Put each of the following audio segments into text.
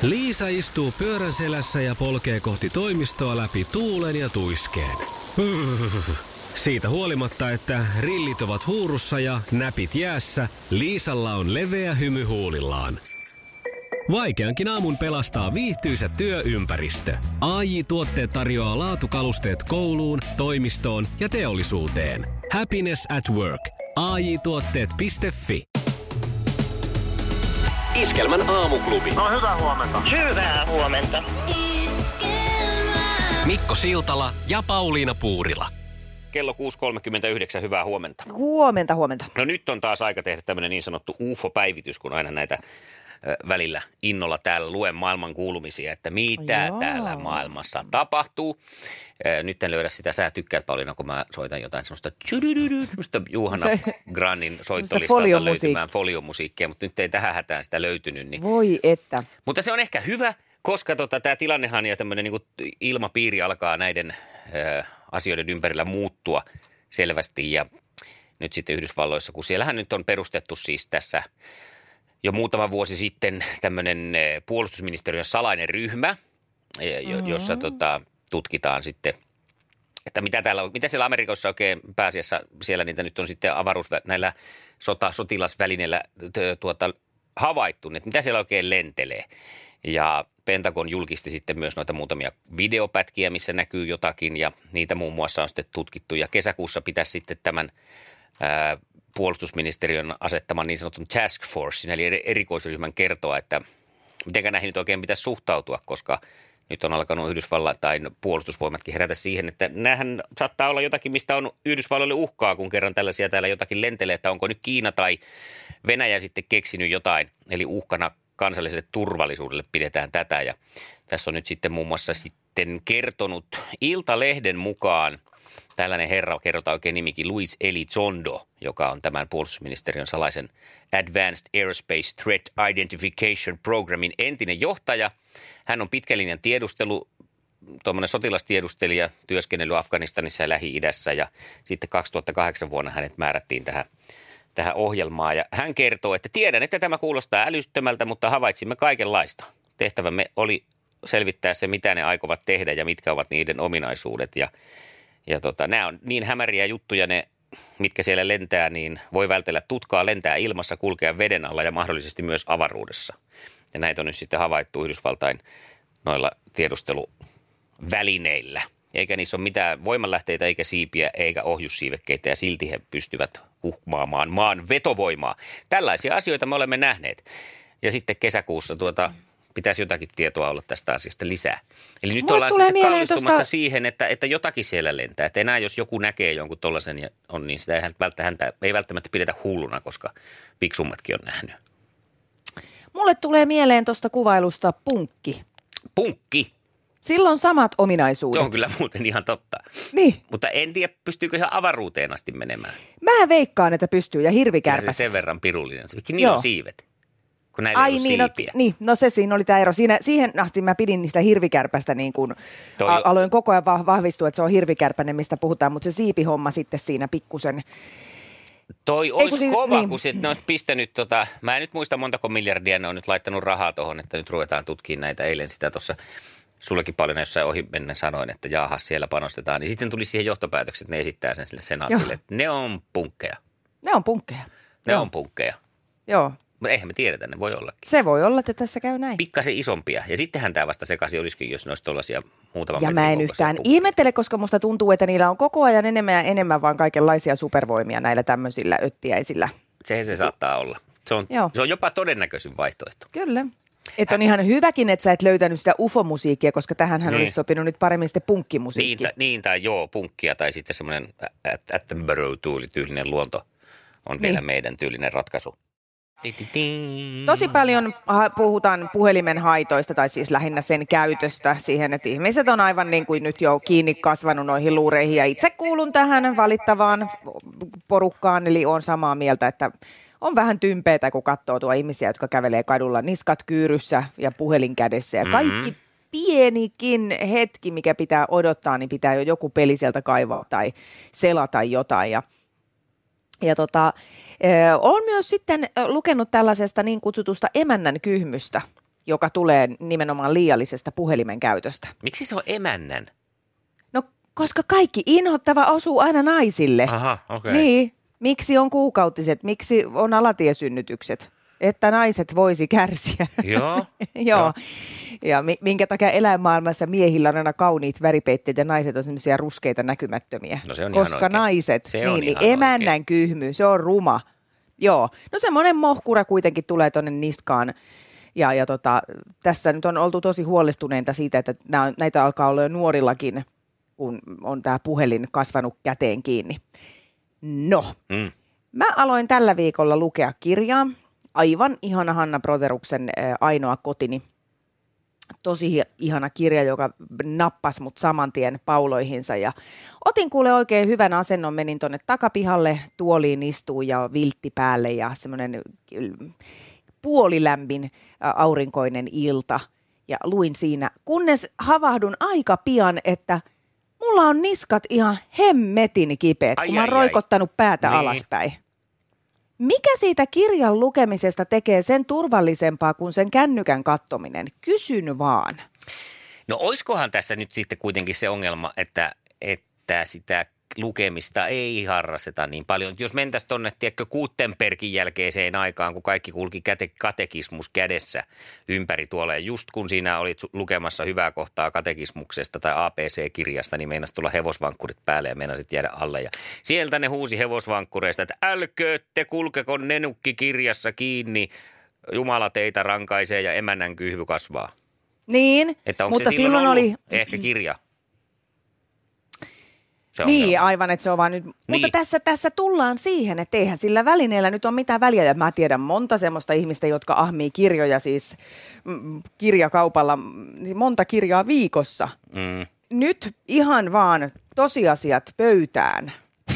Liisa istuu pyörän selässä ja polkee kohti toimistoa läpi tuulen ja tuiskeen. Siitä huolimatta, että rillit ovat huurussa ja näpit jäässä, Liisalla on leveä hymy huulillaan. Vaikeankin aamun pelastaa viihtyisä työympäristö. AJ-tuotteet tarjoaa laatukalusteet kouluun, toimistoon ja teollisuuteen. Happiness at work. AJ-tuotteet.fi. Iskelmän aamuklubi. No hyvää huomenta. Hyvää huomenta. Mikko Siltala ja Pauliina Puurila. Kello 6.39, hyvää huomenta. Huomenta. No nyt on taas aika tehdä tämmöinen niin sanottu UFO-päivitys, kun aina näitä välillä innolla täällä luen maailman kuulumisia, että mitä täällä maailmassa tapahtuu. Nyt en löydä sitä, sä tykkäät Pauliina, kun mä soitan jotain semmoista Juhana Grannin soittolistalta löytymään foliomusiikkia, mutta nyt ei tähän hätään sitä löytynyt. Niin. Voi että. Mutta se on ehkä hyvä, koska tämä tilannehan ja tämmöinen niin kuin ilmapiiri alkaa näiden asioiden ympärillä muuttua selvästi ja nyt sitten Yhdysvalloissa, kun siellähän nyt on perustettu siis tässä jo muutama vuosi sitten tämmöinen puolustusministeriön salainen ryhmä, jossa tutkitaan sitten, että mitä siellä Amerikassa oikein pääasiassa, siellä niitä nyt on sitten näillä sotilasvälineillä havaittu, että mitä siellä oikein lentelee. Ja Pentagon julkisti sitten myös noita muutamia videopätkiä, missä näkyy jotakin ja niitä muun muassa on sitten tutkittu. Ja kesäkuussa pitäisi sitten tämän puolustusministeriön asettaman niin sanotun task force, eli erikoisryhmän kertoa, että mitenkä näihin nyt oikein pitäisi suhtautua, koska nyt on alkanut Yhdysvaltain puolustusvoimatkin herätä siihen, että näähän saattaa olla jotakin, mistä on Yhdysvalloille uhkaa, kun kerran tällaisia täällä jotakin lentelee, että onko nyt Kiina tai Venäjä sitten keksinyt jotain, eli uhkana kansalliselle turvallisuudelle pidetään tätä. Ja tässä on nyt sitten muun muassa sitten kertonut Iltalehden mukaan tällainen herra, kerrotaan oikein nimikin, Luis Elizondo, joka on tämän puolustusministeriön salaisen Advanced Aerospace Threat Identification Programmin entinen johtaja. Hän on pitkälinjan tuommoinen sotilastiedustelija, työskennellyt Afganistanissa ja Lähi-idässä ja sitten 2008 vuonna hänet määrättiin tähän ohjelmaan. Ja hän kertoo, että tiedän, että tämä kuulostaa älyttömältä, mutta havaitsimme kaikenlaista. Tehtävämme oli selvittää se, mitä ne aikovat tehdä ja mitkä ovat niiden ominaisuudet. Ja nämä on niin hämäriä juttuja, ne mitkä siellä lentää, niin voi vältellä tutkaa, lentää ilmassa, kulkea veden alla ja mahdollisesti myös avaruudessa. Ja näitä on nyt sitten havaittu Yhdysvaltain noilla tiedusteluvälineillä. Eikä niissä ole mitään voimanlähteitä eikä siipiä eikä ohjussiivekkeitä ja silti he pystyvät uhmaamaan maan vetovoimaa. Tällaisia asioita me olemme nähneet. Ja sitten kesäkuussa pitäisi jotakin tietoa olla tästä asiasta lisää. Eli nyt ollaan sitten kallistumassa siihen, että jotakin siellä lentää. Että enää jos joku näkee jonkun tollaisen ja on, niin sitä ei välttämättä pidetä hulluna, koska fiksummatkin on nähnyt. Mulle tulee mieleen tuosta kuvailusta punkki. Punkki? Sillä on samat ominaisuudet. Se on kyllä muuten ihan totta. Niin. Mutta en tiedä, pystyykö ihan avaruuteen asti menemään. Mä veikkaan, että pystyy ja hirvikärpäset. Se sen verran pirullinen. Niin on siivet. Kun näillä ei ole siipiä. No se siinä oli tämä ero. Siihen asti mä pidin niistä hirvikärpästä niin kuin aloin koko ajan vahvistua, että se on hirvikärpäinen, mistä puhutaan, mutta se siipihomma sitten siinä pikkusen. Toi olisi kova, kun ne olisi pistänyt, mä en nyt muista montako miljardia ne on nyt laittanut rahaa tuohon, että nyt ruvetaan tutkimaan näitä. Eilen sitä tuossa sullekin paljon jossain ohi mennä sanoin, että jaha, siellä panostetaan. Niin sitten tuli siihen johtopäätökset, että ne esittää sen sille senaatille, että ne on punkkeja. Ne on punkkeja. Ne on punkkeja. Joo. Eihän me tiedetä, ne voi ollakin. Se voi olla, että tässä käy näin. Pikkasen isompia. Ja sittenhän tämä vasta sekaisin olisikin, jos ne olisi tuollaisia muutaman metrin. Ja mä en yhtään ihmettele, koska musta tuntuu, että niillä on koko ajan enemmän ja enemmän vaan kaikenlaisia supervoimia näillä tämmöisillä öttiäisillä. Se saattaa olla. Se on jopa todennäköisin vaihtoehto. Kyllä. Että on ihan hyväkin, että sä et löytänyt sitä UFO-musiikkia, koska tähänhän olisi sopinut nyt paremmin sitten punkkimusiikki. Punkkia tai sitten semmoinen Attenborough-tyylinen luonto on vielä meidän tyylinen ratkaisu. Tosi paljon puhutaan puhelimen haitoista tai siis lähinnä sen käytöstä siihen, että ihmiset on aivan niin kuin nyt jo kiinni kasvanut noihin luureihin ja itse kuulun tähän valittavaan porukkaan, eli on samaa mieltä, että on vähän tympeätä, kun katsoo tuo ihmisiä, jotka kävelee kadulla niskat kyyryssä ja puhelin kädessä ja kaikki pienikin hetki, mikä pitää odottaa, niin pitää jo joku peli sieltä kaivaa tai selata jotain ja olen myös sitten lukenut tällaisesta niin kutsutusta emännän kyhmystä. joka tulee nimenomaan liiallisesta puhelimen käytöstä. Miksi se on emännän? No, koska kaikki inhottava osuu aina naisille. Aha, okei. Niin, miksi on kuukautiset, miksi on alatiesynnytykset, että naiset voisi kärsiä. Joo. Joo. Ja minkä takia eläinmaailmassa miehillä on aina kauniit väripeitteet ja naiset on semmoisia ruskeita näkymättömiä. No se on koska ihan naiset, se on niin ihan emännän oikein. kyhmy, se on ruma. Joo, no semmoinen mohkura kuitenkin tulee tuonne niskaan. Ja tässä nyt on oltu tosi huolestuneita siitä, että näitä alkaa olla jo nuorillakin, kun on tämä puhelin kasvanut käteen kiinni. No, mä aloin tällä viikolla lukea kirjaa. Aivan ihana Hanna Broderuksen Ainoa kotini. Tosi ihana kirja, joka nappasi mut saman tien pauloihinsa. Ja otin kuule oikein hyvän asennon, menin tonne takapihalle, tuoliin istuun ja viltti päälle ja semmoinen puolilämmin aurinkoinen ilta. Ja luin siinä, kunnes havahdun aika pian, että mulla on niskat ihan hemmetin kipeät, kun mä oon roikottanut päätä alaspäin. Mikä siitä kirjan lukemisesta tekee sen turvallisempaa kuin sen kännykän kattominen? Kysyn vaan. No oiskohan tässä nyt sitten kuitenkin se ongelma, että sitä lukemista ei harrasteta niin paljon. Jos mentäisiin tuonne, tiedätkö, Gutenbergin jälkeiseen aikaan, kun kaikki kulki katekismus kädessä ympäri tuolla. Ja just kun siinä olit lukemassa hyvää kohtaa katekismuksesta tai ABC-kirjasta, niin meinasi tulla hevosvankkurit päälle ja meinasit jäädä alle. Ja sieltä ne huusi hevosvankkureista, että älköö te kulkeko nenukki kirjassa kiinni, Jumala teitä rankaisee ja emännän kyhvy kasvaa. Niin, että onko mutta se silloin silloin oli ehkä kirja? Niin, aivan, että se on vaan nyt. Niin. Mutta tässä tullaan siihen, että eihän sillä välineellä nyt ole mitään väliä. Ja mä tiedän monta semmoista ihmistä, jotka ahmii kirjoja siis kirjakaupalla, monta kirjaa viikossa. Nyt ihan vaan tosiasiat pöytään.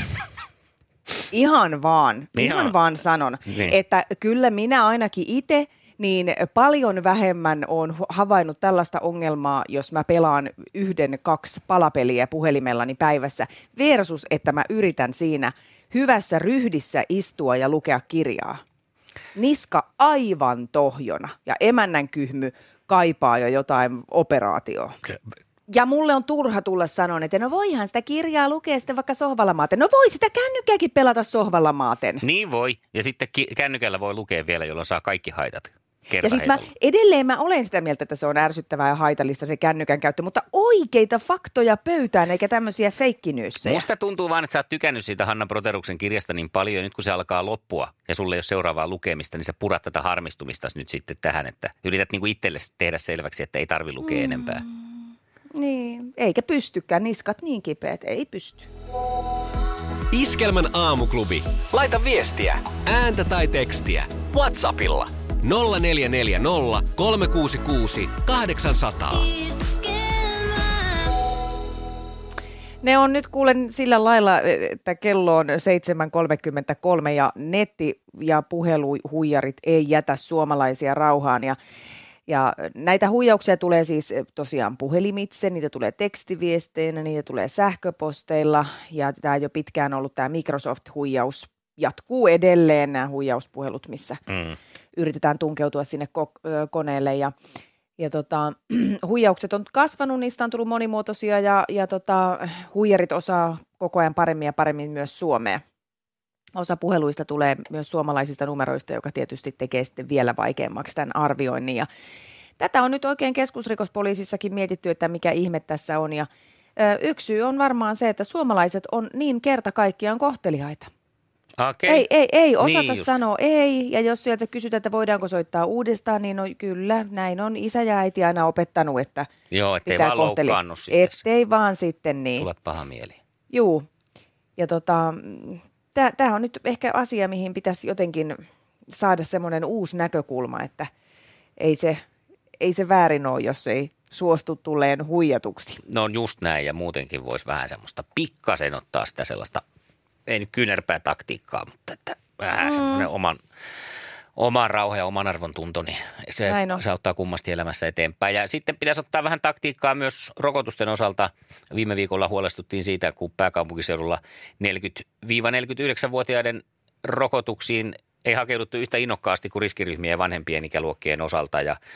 Ihan vaan sanon, että kyllä minä ainakin itse niin paljon vähemmän on havainnut tällaista ongelmaa, jos mä pelaan 1-2 palapeliä puhelimellani päivässä, versus että mä yritän siinä hyvässä ryhdissä istua ja lukea kirjaa. Niska aivan tohjona ja emännän kyhmy kaipaa jo jotain operaatioa. Ja mulle on turha tulla sanoa, että no voihan sitä kirjaa lukea sitten vaikka sohvalla maaten. No voi sitä kännykkääkin pelata sohvalla maaten. Niin voi. Ja sitten kännykällä voi lukea vielä, jolloin saa kaikki haitat. Ja siis edelleen mä olen sitä mieltä, että se on ärsyttävää ja haitallista se kännykän käyttö, mutta oikeita faktoja pöytään eikä tämmöisiä feikkinyyssejä. Musta tuntuu vaan, että sä oot tykännyt siitä Hanna Broderuksen kirjasta niin paljon, nyt kun se alkaa loppua ja sulle ei ole seuraavaa lukemista, niin sä purat tätä harmistumista nyt sitten tähän, että yrität niinku itselle tehdä selväksi, että ei tarvi lukea enempää. Niin, eikä pystykään, niskat niin kipeät, ei pysty. Iskelmän aamuklubi. Laita viestiä, ääntä tai tekstiä. WhatsAppilla 0440 366 800. Ne on nyt kuulen sillä lailla, että kello on 7.33 ja netti- ja puheluhuijarit ei jätä suomalaisia rauhaan. Ja näitä huijauksia tulee siis tosiaan puhelimitse, niitä tulee tekstiviesteinä, niitä tulee sähköposteilla ja tämä jo pitkään ollut tämä Microsoft-huijaus jatkuu edelleen, nämä huijauspuhelut, missä yritetään tunkeutua sinne koneelle ja huijaukset on kasvanut, niistä on tullut monimuotoisia ja huijarit osaa koko ajan paremmin ja paremmin myös suomea. Osa puheluista tulee myös suomalaisista numeroista, joka tietysti tekee sitten vielä vaikeammaksi tämän arvioinnin. Ja tätä on nyt oikein keskusrikospoliisissakin mietitty, että mikä ihme tässä on. Ja yksi syy on varmaan se, että suomalaiset on niin kerta kaikkiaan kohteliaita. Okay. Ei osata sanoa ei, ja jos sieltä kysytään, että voidaanko soittaa uudestaan, niin no, kyllä, näin on isä ja äiti aina opettanut, että joo, ettei pitää vaan loukkaannu sitten. Ettei vaan sitten niin. Tule paha mieli. Juu, ja tämä on nyt ehkä asia, mihin pitäisi jotenkin saada semmoinen uusi näkökulma, että ei se väärin ole, jos ei suostu tulleen huijatuksi. No just näin, ja muutenkin voisi vähän semmoista pikkasen ottaa sitä sellaista, ei nyt kyynärpää taktiikkaa, mutta että vähän semmoinen oman rauha ja oman arvon tunto, niin se auttaa kummasti elämässä eteenpäin. Ja sitten pitäisi ottaa vähän taktiikkaa myös rokotusten osalta. Viime viikolla huolestuttiin siitä, kun pääkaupunkiseudulla 40-49-vuotiaiden rokotuksiin ei hakeuduttu yhtä innokkaasti kuin riskiryhmien ja vanhempien ikäluokkien osalta. Ja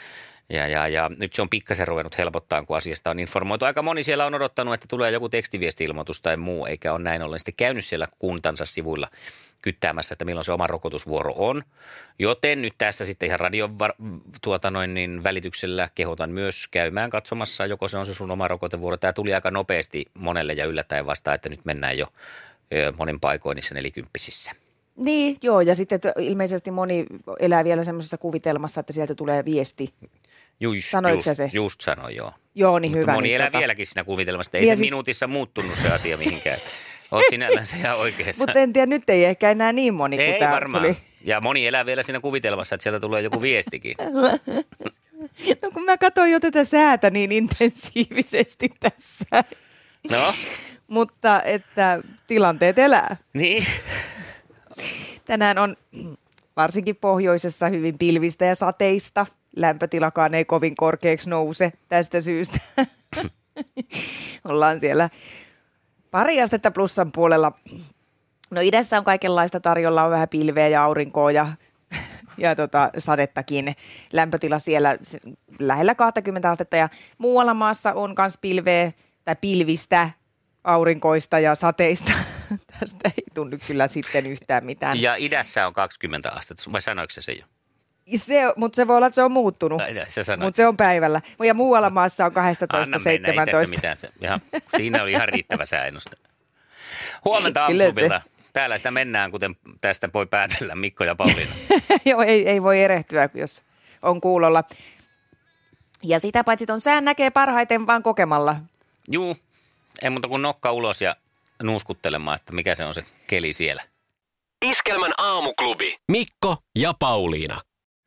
Ja nyt se on pikkasen ruvennut helpottaa, kun asiasta on informoitu. Aika moni siellä on odottanut, että tulee joku tekstiviesti-ilmoitus tai muu, eikä ole näin ollen sitten käynyt siellä kuntansa sivuilla kyttäämässä, että milloin se oma rokotusvuoro on. Joten nyt tässä sitten ihan radion välityksellä kehotan myös käymään katsomassa, joko se on se sun oma rokotevuoro. Tämä tuli aika nopeasti monelle ja yllättäen vastaan, että nyt mennään jo monin paikoin niissä 40-sissä. Niin, joo, ja sitten ilmeisesti moni elää vielä semmoisessa kuvitelmassa, että sieltä tulee viesti. Sanoitko sä se? Just sanoin, joo. Joo, niin mutta hyvä. moni niin elää vieläkin siinä kuvitelmassa, ei se siis minuutissa muuttunut se asia mihinkään. Oot sinällänsä ihan oikeassa. Mutta en tiedä, nyt ei ehkä enää niin moni kuin ei tämä varmaan. tuli. Ja moni elää vielä siinä kuvitelmassa, että sieltä tulee joku viestikin. No kun mä katsoin jo tätä säätä niin intensiivisesti tässä. No? Mutta että tilanteet elää. Niin. Tänään on varsinkin pohjoisessa hyvin pilvistä ja sateista. Lämpötilakaan ei kovin korkeaksi nouse tästä syystä. Ollaan siellä pari astetta plussan puolella. No idässä on kaikenlaista tarjolla, on vähän pilveä ja aurinkoa ja sadettakin. Lämpötila siellä lähellä 20 astetta ja muualla maassa on myös pilveä tai pilvistä, aurinkoista ja sateista. Tästä ei tunnu kyllä sitten yhtään mitään. Ja idässä on 20 astetta, vai sanoiko se jo? Mutta se voi olla, että se on muuttunut, mutta se on päivällä. Ja muualla maassa on 12-17. Anna mennä, ei tästä mitään. Siinä oli ihan riittävä sääennuste. Huomenta Aamuklubilta. Täällä sitä mennään, kuten tästä voi päätellä Mikko ja Pauliina. Joo, ei voi erehtyä, jos on kuulolla. Ja sitä paitsi ton sään näkee parhaiten vaan kokemalla. Juu, ei muuta kuin nokka ulos ja nuuskuttelemaan, että mikä se on se keli siellä. Iskelmän Aamuklubi. Mikko ja Pauliina.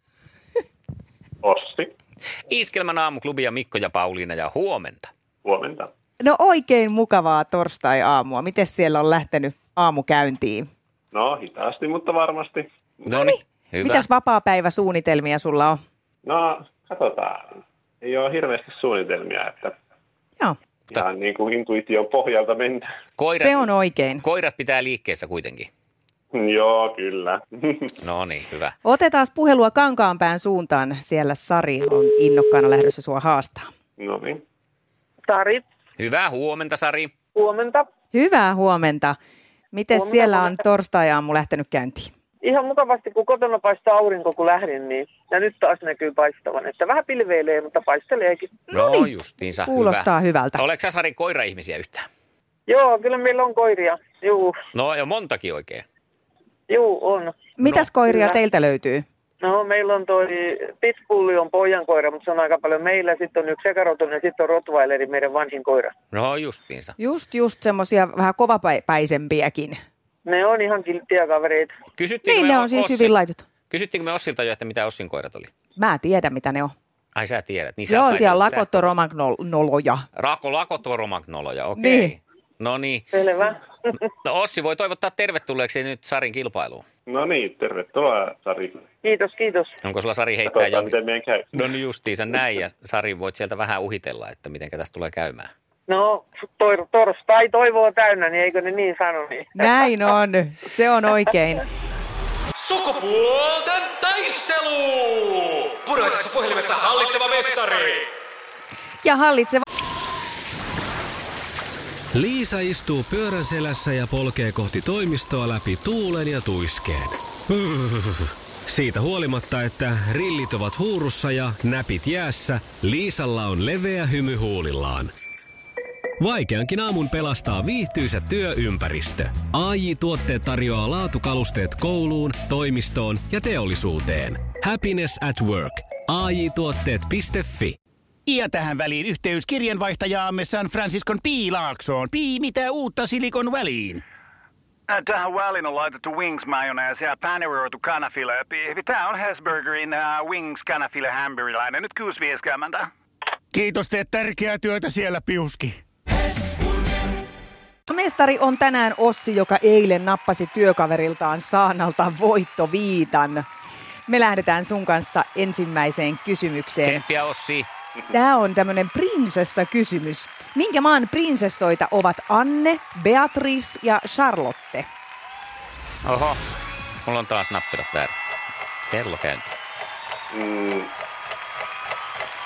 Ossi. Iskelmän Aamuklubi ja Mikko ja Pauliina ja huomenta. Huomenta. No oikein mukavaa torstai-aamua. Miten siellä on lähtenyt aamu käyntiin? No hitaasti, mutta varmasti. Noniin, hyvä. Mitäs vapaa-päiväsuunnitelmia sulla on? No katsotaan. Ei ole hirveästi suunnitelmia, että Joo. ihan niin kuin intuition pohjalta mennään. Se on oikein. Koirat pitää liikkeessä kuitenkin. Joo, kyllä. No niin, hyvä. Otetaan puhelua Kankaanpään suuntaan. Siellä Sari on innokkaana lähdössä sua haastaa. No niin. Sari. Hyvää huomenta, Sari. Huomenta. Hyvää huomenta. Miten siellä on torstai-aamu lähtenyt käyntiin? Ihan mukavasti, kun kotona paistaa aurinko, kun lähdin, niin ja nyt taas näkyy paistavan. Että vähän pilveilee, mutta paisteleekin. No justiinsa, kuulostaa hyvä. hyvältä. Oletko sä, Sari, koira-ihmisiä yhtään? Joo, kyllä meillä on koiria. Juu. No jo montakin oikein. Juu, on. Mitäs koiria kyllä teiltä löytyy? No meillä on toi Pitbulli on pojan koira, mutta se on aika paljon meillä. Sitten on yksi sekarotunen ja sitten on Rottweileri, meidän vanhin koira. No justiinsa. Just semmoisia vähän kovapäisempiäkin. Ne on ihan kilttiä kavereita. Niin, ne on siis hyvin laitettu. Kysyttiinkö me Ossilta jo, että mitä Ossin koirat oli? Mä tiedän, mitä ne on. Ai sä tiedät. Niin joo, siellä lakotoromagnoloja. Lakotoromagnoloja, okei. Niin. No niin. Selvä. No Ossi voi toivottaa tervetulleeksi nyt Sarin kilpailuun. No niin, tervetuloa Sari. Kiitos. Onko sulla Sari heittää Katsotaan, miten meidän käy. No niin justiinsa näin ja Sari voit sieltä vähän uhitella, että miten tästä tulee käymään. No torstai toivoo täynnä, niin eikö ne niin sano niin? Näin on, se on oikein. Sukupuolten taistelu! Punaisessa puhelimessa hallitseva mestari. Ja hallitseva. Liisa istuu pyörän selässä ja polkee kohti toimistoa läpi tuulen ja tuiskeen. Siitä huolimatta, että rillit ovat huurussa ja näpit jäässä, Liisalla on leveä hymy huulillaan. Vaikeankin aamun pelastaa viihtyisä työympäristö. AJ-tuotteet tarjoaa laatukalusteet kouluun, toimistoon ja teollisuuteen. Happiness at work. AJ-tuotteet.fi. Ja tähän väliin yhteys kirjanvaihtajaamme San Franciscon P. Laaksoon. Mitä uutta Silikon väliin? Tähän väliin on laitettu wings mayonnaise ja paneroitu kanafila. Tämä on Hesburgerin wings kanafila hamburilainen. Nyt 6.50. Kiitos, teet tärkeää työtä siellä, Piuski. Mestari on tänään Ossi, joka eilen nappasi työkaveriltaan Saanalta voittoviitan. Me lähdetään sun kanssa ensimmäiseen kysymykseen. Tsemppiä Ossi. Tämä on tämmöinen prinsessakysymys. Minkä maan prinsessoita ovat Anne, Beatrice ja Charlotte? Oho, mulla on taas nappilat väärin. Kello käynti.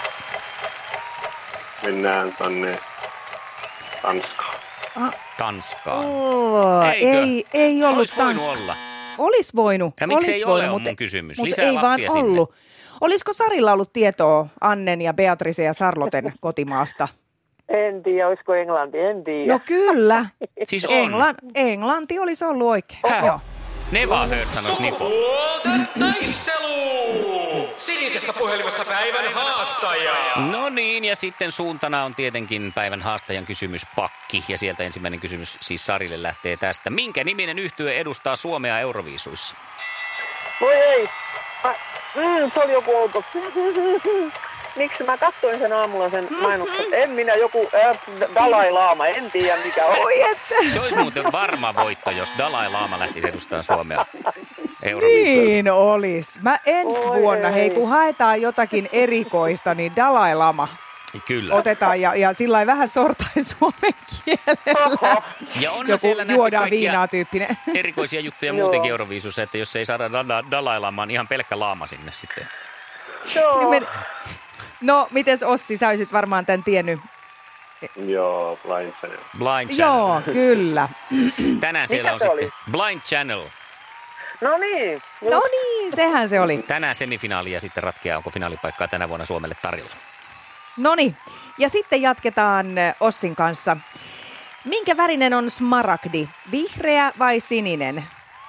Mennään tonne Tanskaan. Tanskaan. Ei ollut Olis voinut Tanska. olla. Olis voinut. Ja miksi olis ei voinut, ole, on mutta, mun kysymys. mutta Lisää ei vaan lapsia sinne. ollut. Olisiko Sarilla ollut tietoa Annen ja Beatrice ja Charlotten kotimaasta? En tiedä, olisiko Englanti, en tiedä. No kyllä. Siis on. Englanti olisi ollut oikein. Joo. Never heard sanois Nipo. Sukupuolten taistelu! Sinisessä puhelimessa päivän haastaja. No niin, ja sitten suuntana on tietenkin päivän haastajan kysymyspakki. Ja sieltä ensimmäinen kysymys siis Sarille lähtee tästä. Minkä niminen yhtye edustaa Suomea Euroviisuissa? Voi ei. Se oli joku outo. Miksi mä katsoin sen aamulla sen mainoksen? En minä, joku Dalai Lama, en tiedä mikä on. Oi että. Se olisi muuten varma voitto, jos Dalai Lama lähtisi edustamaan Suomea Euroviisuissa. Niin olis. Mä ensi vuonna, hei kun haetaan jotakin erikoista, niin Dalai Lama Kyllä. otetaan ja sillä lailla vähän sortain suomen kielellä. Ja onhan Joku siellä nähty juodaan kaikkia viinaa tyyppinen. erikoisia juttuja muutenkin Euroviisussa, että jos ei saada Dalai Lamaan, ihan pelkkä laama sinne sitten. Joo. No, mites Ossi, sä olisit varmaan tämän tiennyt. Joo, Blind Channel. Blind Channel. Joo, kyllä. Tänään siellä on se sitten oli? Blind Channel. No niin. No niin, sehän se oli. Tänään semifinaali ja sitten ratkeaa, onko finaalipaikkaa tänä vuonna Suomelle tarjolla. Noniin, ja sitten jatketaan Ossin kanssa. Minkä värinen on smaragdi? Vihreä vai sininen?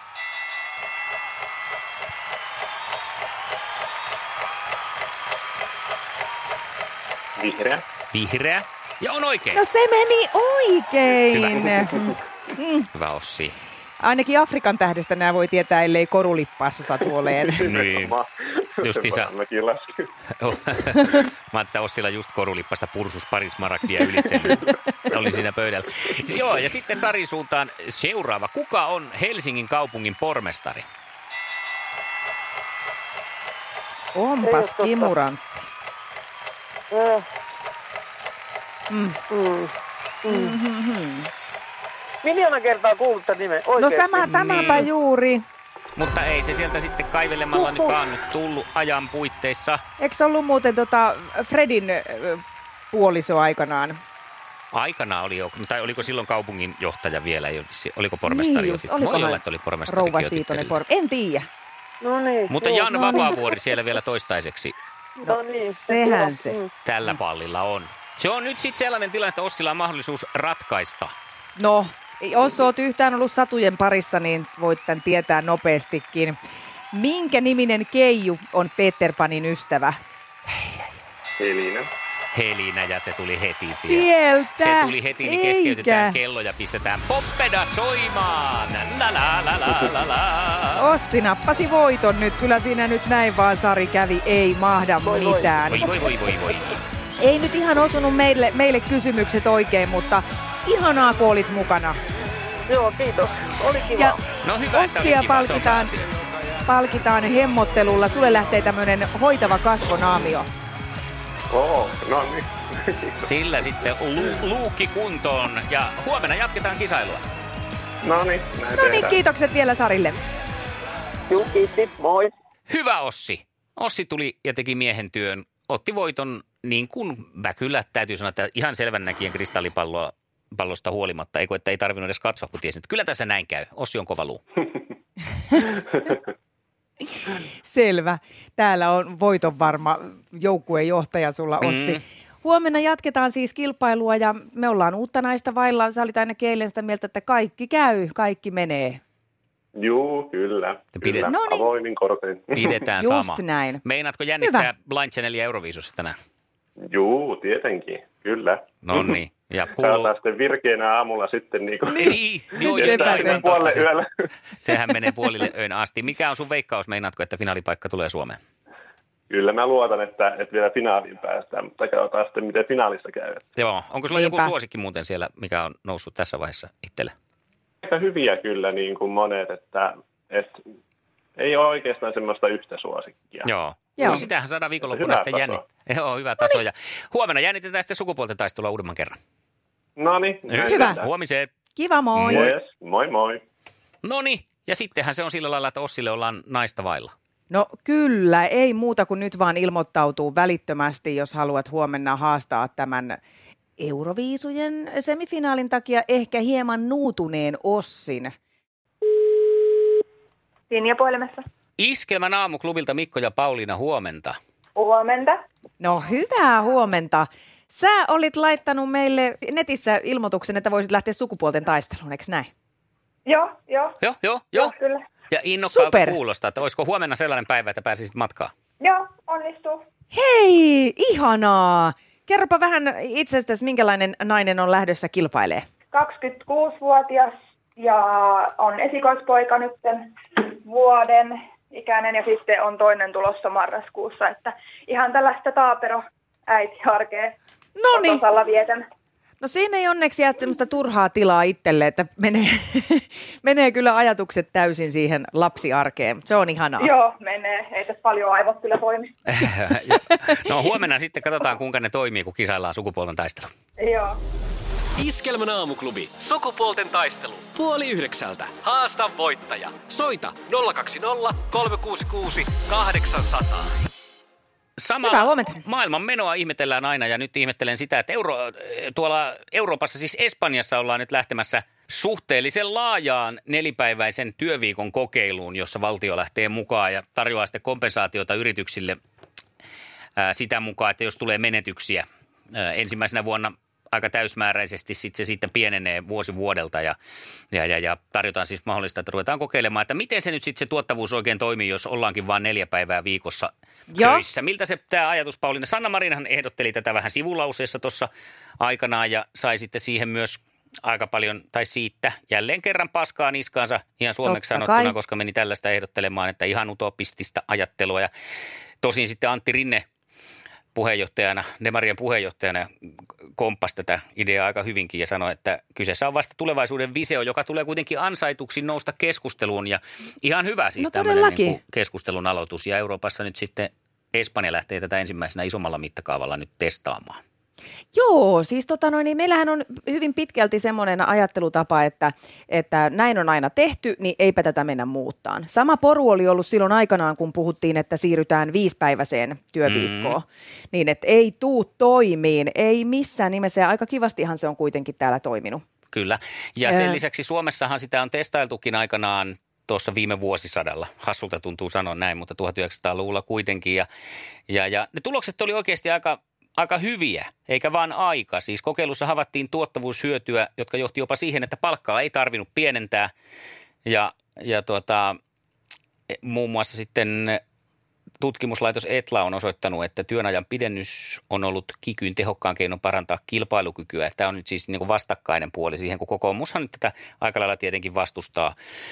Vihreä. Vihreä. Ja on oikein. No se meni oikein. Hyvä Ossi. Ainakin Afrikan tähdestä nämä voi tietää, ellei korulippaassa satu oleen. Niin. Justiinsa. Mäkin laskin. Mä ajattelin, että Ossilla just korulippasta pursus pari smaragdia ylitse. Oli siinä pöydällä. Joo, ja sitten Sarin suuntaan seuraava. Kuka on Helsingin kaupungin pormestari? Onpas kimurantti. Miljoona kertaa kuullut tämän nimen. No Oikeesti. tämäpä juuri. Mutta ei se sieltä sitten kaivelemalla nytkaan nyt tullut ajan puitteissa. Eikö se ollut muuten Fredin puoliso aikanaan? Aikana oli jo, tai oliko silloin kaupungin johtaja vielä? Oliko pormestari Niin jo? just, Voi olla, että oli pormestari. Rouva Siitonen En tiedä. No niin. Mutta Jan Vapaavuori siellä vielä toistaiseksi No niin. Sehän se. tällä pallilla on. Se on nyt sitten sellainen tilanne, että Ossilla on mahdollisuus ratkaista. No, jos oot yhtään ollut satujen parissa, niin voit tämän tietää nopeastikin. Minkä niminen Keiju on Peter Panin ystävä? Helinä ja se tuli heti Sieltä! Se tuli heti, niin keskeytetään kello ja pistetään Poppeda soimaan. La la la la la la. Ossi nappasi voiton nyt. Kyllä siinä nyt näin vaan Sari kävi. Ei mahda mitään. Voi. Ei nyt ihan osunut meille kysymykset oikein, mutta ihanaa kun olit mukana. Joo, kiitos. Oli kiva. Ja No hyvä, Ossia palkitaan hemmottelulla. Sulle lähtee tämmönen hoitava kasvonaamio. No niin. Sillä sitten luukki kuntoon ja huomenna jatketaan kisailua. No niin, Kiitokset vielä Sarille. Juu, kiitti. Moi. Hyvä Ossi. Ossi tuli ja teki miehen työn. Otti voiton niin kuin mä kyllä täytyy sanoa, että ihan selvännäkijän kristallipallosta huolimatta. Että ei tarvinnut edes katsoa, kun tiesin, että kyllä tässä näin käy. Ossi on kova luu. Selvä. Täällä on voiton varma joukkueen johtaja sulla, Ossi. Huomenna jatketaan siis kilpailua ja me ollaan uutta naista vailla. Sä olit ainakin eilen sitä mieltä, että kaikki käy, kaikki menee. Juu, kyllä. Noniin. Avoimin kortein. Pidetään Just sama. näin. Meinaatko jännittää Hyvä. Blind Channelia Euroviisussa tänään? Juu, tietenkin. Kyllä. Noniin. Ja Täällä sitten virkeänä aamulla sitten niin kuin... Niin, joo, puolelle yöllä. Sehän menee puolille öön asti. Mikä on sun veikkaus? Meinaatko, että finaalipaikka tulee Suomeen? Kyllä mä luotan, että vielä finaaliin päästään, mutta katsotaan sitten, miten finaalissa käy. Joo. Onko sulla Niinpä. joku suosikki muuten siellä, mikä on noussut tässä vaiheessa itselle? Aika hyviä kyllä niin kuin monet, että ei ole oikeastaan semmoista yhtä suosikkia. Joo. Joo. No sitähän saadaan viikonloppuna Hyvä sitten taso. jännittää. Joo, hyvä taso. Ja huomenna jännitetään sitten sukupuolten taistelua uudemman kerran. Noniin. Hyvä. Huomiseen. Kiva, moi. Yes, moi moi. Noniin. Ja sittenhän se on sillä lailla, että Ossille ollaan naista vailla. No kyllä, ei muuta kuin nyt vaan ilmoittautuu välittömästi, jos haluat huomenna haastaa tämän Euroviisujen semifinaalin takia ehkä hieman nuutuneen Ossin. Linja puhelimessa. Iskelmän aamuklubilta Mikko ja Pauliina, huomenta. Huomenta. No hyvää huomenta. Sä olit laittanut meille netissä ilmoituksen, että voisit lähteä sukupuolten taisteluun, eikö näin? Joo. Joo. Kyllä. Ja innokkaalta Super. kuulostaa, että olisiko huomenna sellainen päivä, että pääsisit matkaan? Joo, onnistuu. Hei, ihanaa! Kerropa vähän itsestäsi, minkälainen nainen on lähdössä kilpailee. 26-vuotias ja on esikoispoika nytten vuoden ikäinen ja sitten on toinen tulossa marraskuussa, että ihan tällaista taapero-äiti-arkea Noniin. osalla vietän. No siinä ei onneksi jää semmoista turhaa tilaa itselle, että menee kyllä ajatukset täysin siihen lapsiarkeen. Se on ihanaa. Joo, menee. Ei tässä paljon aivot kyllä toimi. No huomenna sitten katsotaan, kuinka ne toimii, kun kisaillaan sukupuolten taistelu. Joo. Iskelmän aamuklubi. Sukupuolten taistelu. 8:30. Haasta voittaja. Soita 020 366 800. Hyvää huomenta. Maailman menoa ihmetellään aina ja nyt ihmettelen sitä, että tuolla Euroopassa, siis Espanjassa ollaan nyt lähtemässä suhteellisen laajaan 4-päiväisen työviikon kokeiluun, jossa valtio lähtee mukaan ja tarjoaa sitten kompensaatiota yrityksille sitä mukaan, että jos tulee menetyksiä ensimmäisenä vuonna aika täysmääräisesti, sitten se siitä pienenee vuosi vuodelta ja tarjotaan siis mahdollista, että ruvetaan kokeilemaan, että miten se nyt sitten se tuottavuus oikein toimii, jos ollaankin vain 4 päivää viikossa töissä. Miltä se tämä ajatus, Pauliina? Sanna Marinhan ehdotteli tätä vähän sivulauseessa tuossa aikanaan ja sai sitten siihen myös aika paljon, tai siitä jälleen kerran paskaa niskaansa ihan suomeksi sanottuna, koska meni tällaista ehdottelemaan, että ihan utopistista ajattelua ja tosin sitten Antti Rinne puheenjohtajana, Demarien puheenjohtajana komppasi tätä ideaa aika hyvinkin ja sanoi, että kyseessä on vasta tulevaisuuden visio, joka tulee kuitenkin ansaituksi nousta keskusteluun ja ihan hyvä siis tämmöinen niin keskustelun aloitus ja Euroopassa nyt sitten Espanja lähtee tätä ensimmäisenä isommalla mittakaavalla nyt testaamaan. Joo, siis niin meillähän on hyvin pitkälti semmoinen ajattelutapa, että näin on aina tehty, niin eipä tätä mennä muuttaan. Sama poru oli ollut silloin aikanaan, kun puhuttiin, että siirrytään 5-päiväiseen työviikkoon, niin että ei tuu toimiin, ei missään nimessä ja aika kivastihan se on kuitenkin täällä toiminut. Kyllä, ja sen lisäksi Suomessahan sitä on testailtukin aikanaan tuossa viime vuosisadalla. Hassulta tuntuu sanoa näin, mutta 1900-luvulla kuitenkin ja ne tulokset oli oikeasti aika hyviä, eikä vaan aika. Siis kokeilussa havaittiin tuottavuushyötyä, jotka johti jopa siihen, että palkkaa ei tarvinnut pienentää. Ja muun muassa sitten tutkimuslaitos Etla on osoittanut, että työnajan pidennys on ollut kikyn tehokkaan keinon parantaa kilpailukykyä. Tämä on nyt siis niin kuin vastakkainen puoli siihen, kun kokoomushan nyt tätä aika lailla tietenkin vastustaa.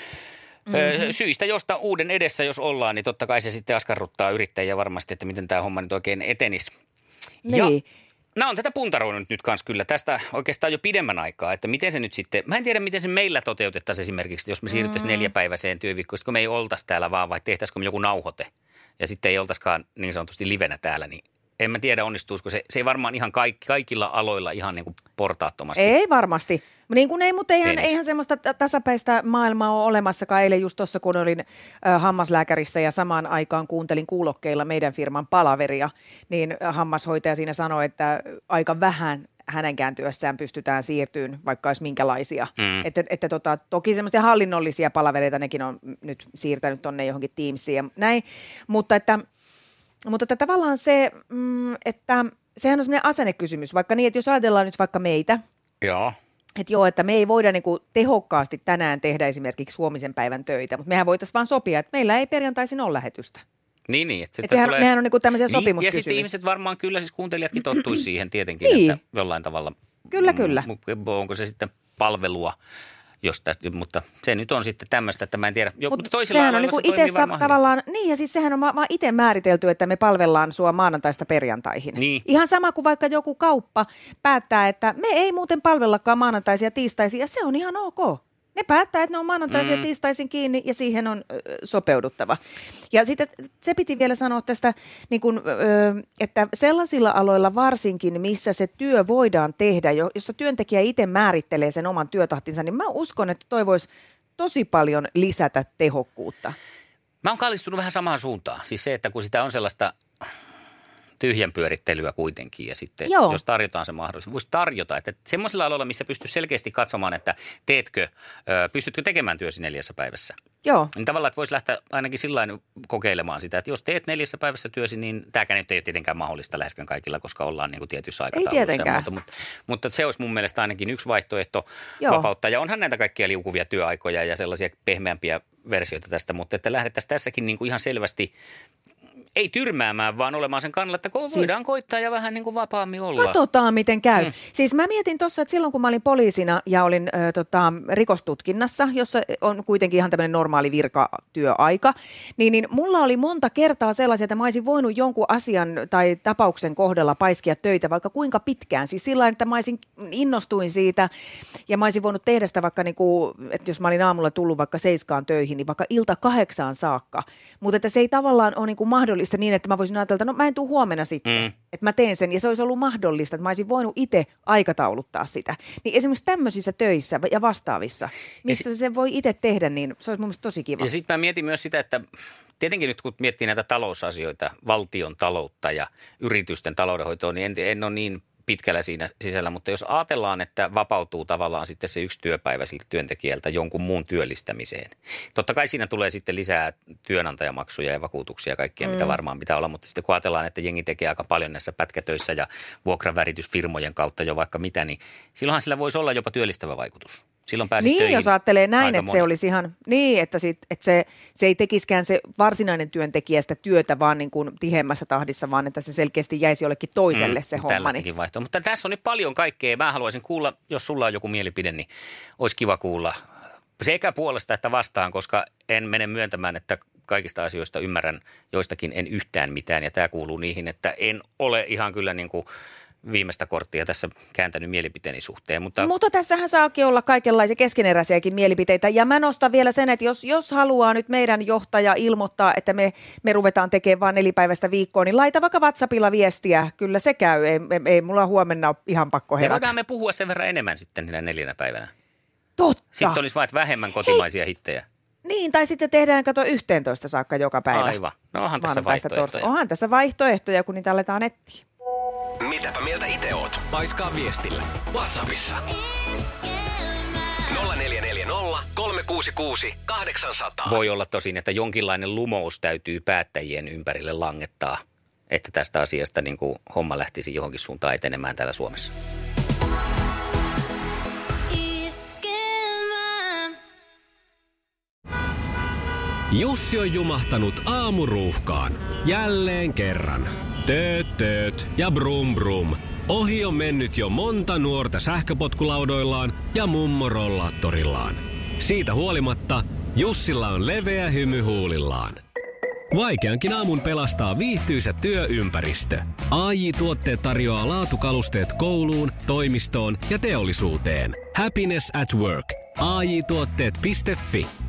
Syistä, josta uuden edessä jos ollaan, niin totta kai se sitten askarruttaa yrittäjiä varmasti, että miten tämä homma nyt oikein etenisi. Niin. Ja nämä on tätä puntaroinut nyt kanssa kyllä tästä oikeastaan jo pidemmän aikaa, että miten se nyt sitten, mä en tiedä miten se meillä toteutettaisiin esimerkiksi, jos me siirryttäisiin 4-päiväiseen työviikkoon, kun me ei oltaisi täällä vaan vai tehtäisikö me joku nauhoite ja sitten ei oltaisikaan niin sanotusti livenä täällä, niin en mä tiedä onnistuisiko se ei varmaan ihan kaikilla aloilla ihan niin kuin portaattomasti. Ei varmasti. Niin kuin ei, mutta eihän semmoista tasapäistä maailmaa ole olemassakaan. Eilen just tuossa, kun olin hammaslääkärissä ja samaan aikaan kuuntelin kuulokkeilla meidän firman palaveria, niin hammashoitaja siinä sanoi, että aika vähän hänenkään työssään pystytään siirtyyn, vaikka olisi minkälaisia. Että toki semmoisia hallinnollisia palavereita nekin on nyt siirtänyt tonne johonkin Teamsiin ja näin, mutta että tavallaan se, että sehän on semmoinen asennekysymys, vaikka niin, että jos ajatellaan nyt vaikka meitä, että me ei voida niinku tehokkaasti tänään tehdä esimerkiksi huomisen päivän töitä, mutta mehän voitaisiin vaan sopia, että meillä ei perjantaisin ole lähetystä. Niin. Että mehän on niinku tämmöisiä sopimuskysymyksiä. Ja sitten ihmiset varmaan kyllä, siis kuuntelijatkin tottuisi siihen tietenkin, niin. Että jollain tavalla. Kyllä. Onko se sitten palvelua? Mutta se nyt on sitten tämmöistä, että mä en tiedä. Mutta sehän on niinku itse tavallaan, niin ja siis sehän on vaan itse määritelty, että me palvellaan sua maanantaista perjantaihin. Niin. Ihan sama kuin vaikka joku kauppa päättää, että me ei muuten palvellakaan maanantaisia tiistaisin ja se on ihan ok. Ne päättää, että ne on maanantaisin ja tiistaisin kiinni ja siihen on sopeuduttava. Ja sitten se piti vielä sanoa tästä, niin kun, että sellaisilla aloilla varsinkin, missä se työ voidaan tehdä, jossa työntekijä itse määrittelee sen oman työtahtinsa, niin mä uskon, että toi voisi tosi paljon lisätä tehokkuutta. Mä oon kallistunut vähän samaan suuntaan. Siis se, että kun sitä on sellaista tyhjän pyörittelyä kuitenkin ja sitten jos tarjotaan se mahdollisuus, voisi tarjota, että semmoisilla aloilla, missä pystyy selkeästi katsomaan, että pystytkö tekemään työsi 4 päivässä. Joo. Niin tavallaan, että voisi lähteä ainakin sillain kokeilemaan sitä, että jos teet 4 päivässä työsi, niin tämäkään nyt ei ole tietenkään mahdollista läheskään kaikilla, koska ollaan niin kuin tietyissä aikatauluissa. Ei tietenkään. Mutta se olisi mun mielestä ainakin yksi vaihtoehto vapauttaa. Ja onhan näitä kaikkia liukuvia työaikoja ja sellaisia pehmeämpiä versioita tästä, mutta että lähdettäisiin tässäkin niin kuin ihan selvästi ei tyrmäämään, vaan olemaan sen kannalla, että voidaan koittaa ja vähän niin kuin vapaammin olla. Katsotaan, miten käy. Siis mä mietin tuossa, että silloin kun mä olin poliisina ja olin rikostutkinnassa, jossa on kuitenkin ihan tämmöinen normaali virkatyöaika, niin mulla oli monta kertaa sellaisia, että mä olisin voinut jonkun asian tai tapauksen kohdalla paiskia töitä vaikka kuinka pitkään. Siis sillä että mä innostuin siitä ja mä olisin voinut tehdä sitä vaikka, niin kuin, että jos mä olin aamulla tullut vaikka 7 töihin, niin vaikka ilta 8 saakka. Mutta että se ei tavallaan ole niin kuin mahdollista niin, että mä voisin ajatella, että no mä en tule huomenna sitten, että mä teen sen. Ja se olisi ollut mahdollista, että mä olisin voinut itse aikatauluttaa sitä. Niin esimerkiksi tämmöisissä töissä ja vastaavissa, missä se voi itse tehdä, niin se olisi mun mielestä tosi kiva. Ja sitten mä mietin myös sitä, että tietenkin nyt kun miettii näitä talousasioita, valtion taloutta ja yritysten taloudenhoitoa, niin en ole niin pitkällä siinä sisällä, mutta jos ajatellaan, että vapautuu tavallaan sitten se 1 työpäivä siltä työntekijältä jonkun muun työllistämiseen. Totta kai siinä tulee sitten lisää työnantajamaksuja ja vakuutuksia ja kaikkea, mitä varmaan pitää olla, mutta sitten kun ajatellaan, että jengi tekee aika paljon näissä pätkätöissä ja vuokraväritysfirmojen kautta jo vaikka mitä, niin silloinhan sillä voisi olla jopa työllistävä vaikutus. Silloin pääsisi niin, töihin jos ajattelee näin, että moni. se olisi ihan, niin, että se ei tekisikään se varsinainen työntekijä sitä työtä vaan niin kuin tihemmässä tahdissa, vaan että se selkeästi jäisi jollekin toiselle se homma. Tällaistakin vaihtoehtoa. Mutta tässä on nyt paljon kaikkea. Mä haluaisin kuulla, jos sulla on joku mielipide, niin olisi kiva kuulla sekä puolesta että vastaan, koska en mene myöntämään, että kaikista asioista ymmärrän, joistakin en yhtään mitään. Ja tämä kuuluu niihin, että en ole ihan kyllä niin kuin viimeistä korttia tässä kääntänyt mielipiteeni suhteen. Mutta tässähän saakin olla kaikenlaisia keskeneräisiäkin mielipiteitä. Ja mä nostan vielä sen, että jos haluaa nyt meidän johtaja ilmoittaa, että me ruvetaan tekemään vain 4-päiväistä viikkoa, niin laita vaikka WhatsAppilla viestiä. Kyllä se käy. Ei mulla huomenna ole ihan pakko herätä. Ja voidaan me puhua sen verran enemmän sitten niillä 4 päivänä. Totta. Sitten olisi vain vähemmän kotimaisia hittejä. Niin, tai sitten tehdään 11 saakka joka päivä. Aivan. No onhan tässä vaihtoehtoja. Onhan tässä vaihtoehtoja, kun niitä aletaan etsiä. Mitäpä mieltä itse oot? Paiskaa viestillä. WhatsAppissa. 0440 366 800. Voi olla tosin, että jonkinlainen lumous täytyy päättäjien ympärille langettaa, että tästä asiasta niin kuin homma lähtisi johonkin suuntaan etenemään täällä Suomessa. Jussi on jumahtanut aamuruuhkaan. Jälleen kerran. Tööt ja brum brum. Ohi on mennyt jo monta nuorta sähköpotkulaudoillaan ja mummorollaattorillaan. Siitä huolimatta Jussilla on leveä hymy huulillaan. Vaikeankin aamun pelastaa viihtyisä työympäristö. AJ-tuotteet tarjoaa laatukalusteet kouluun, toimistoon ja teollisuuteen. Happiness at work. AJ-tuotteet.fi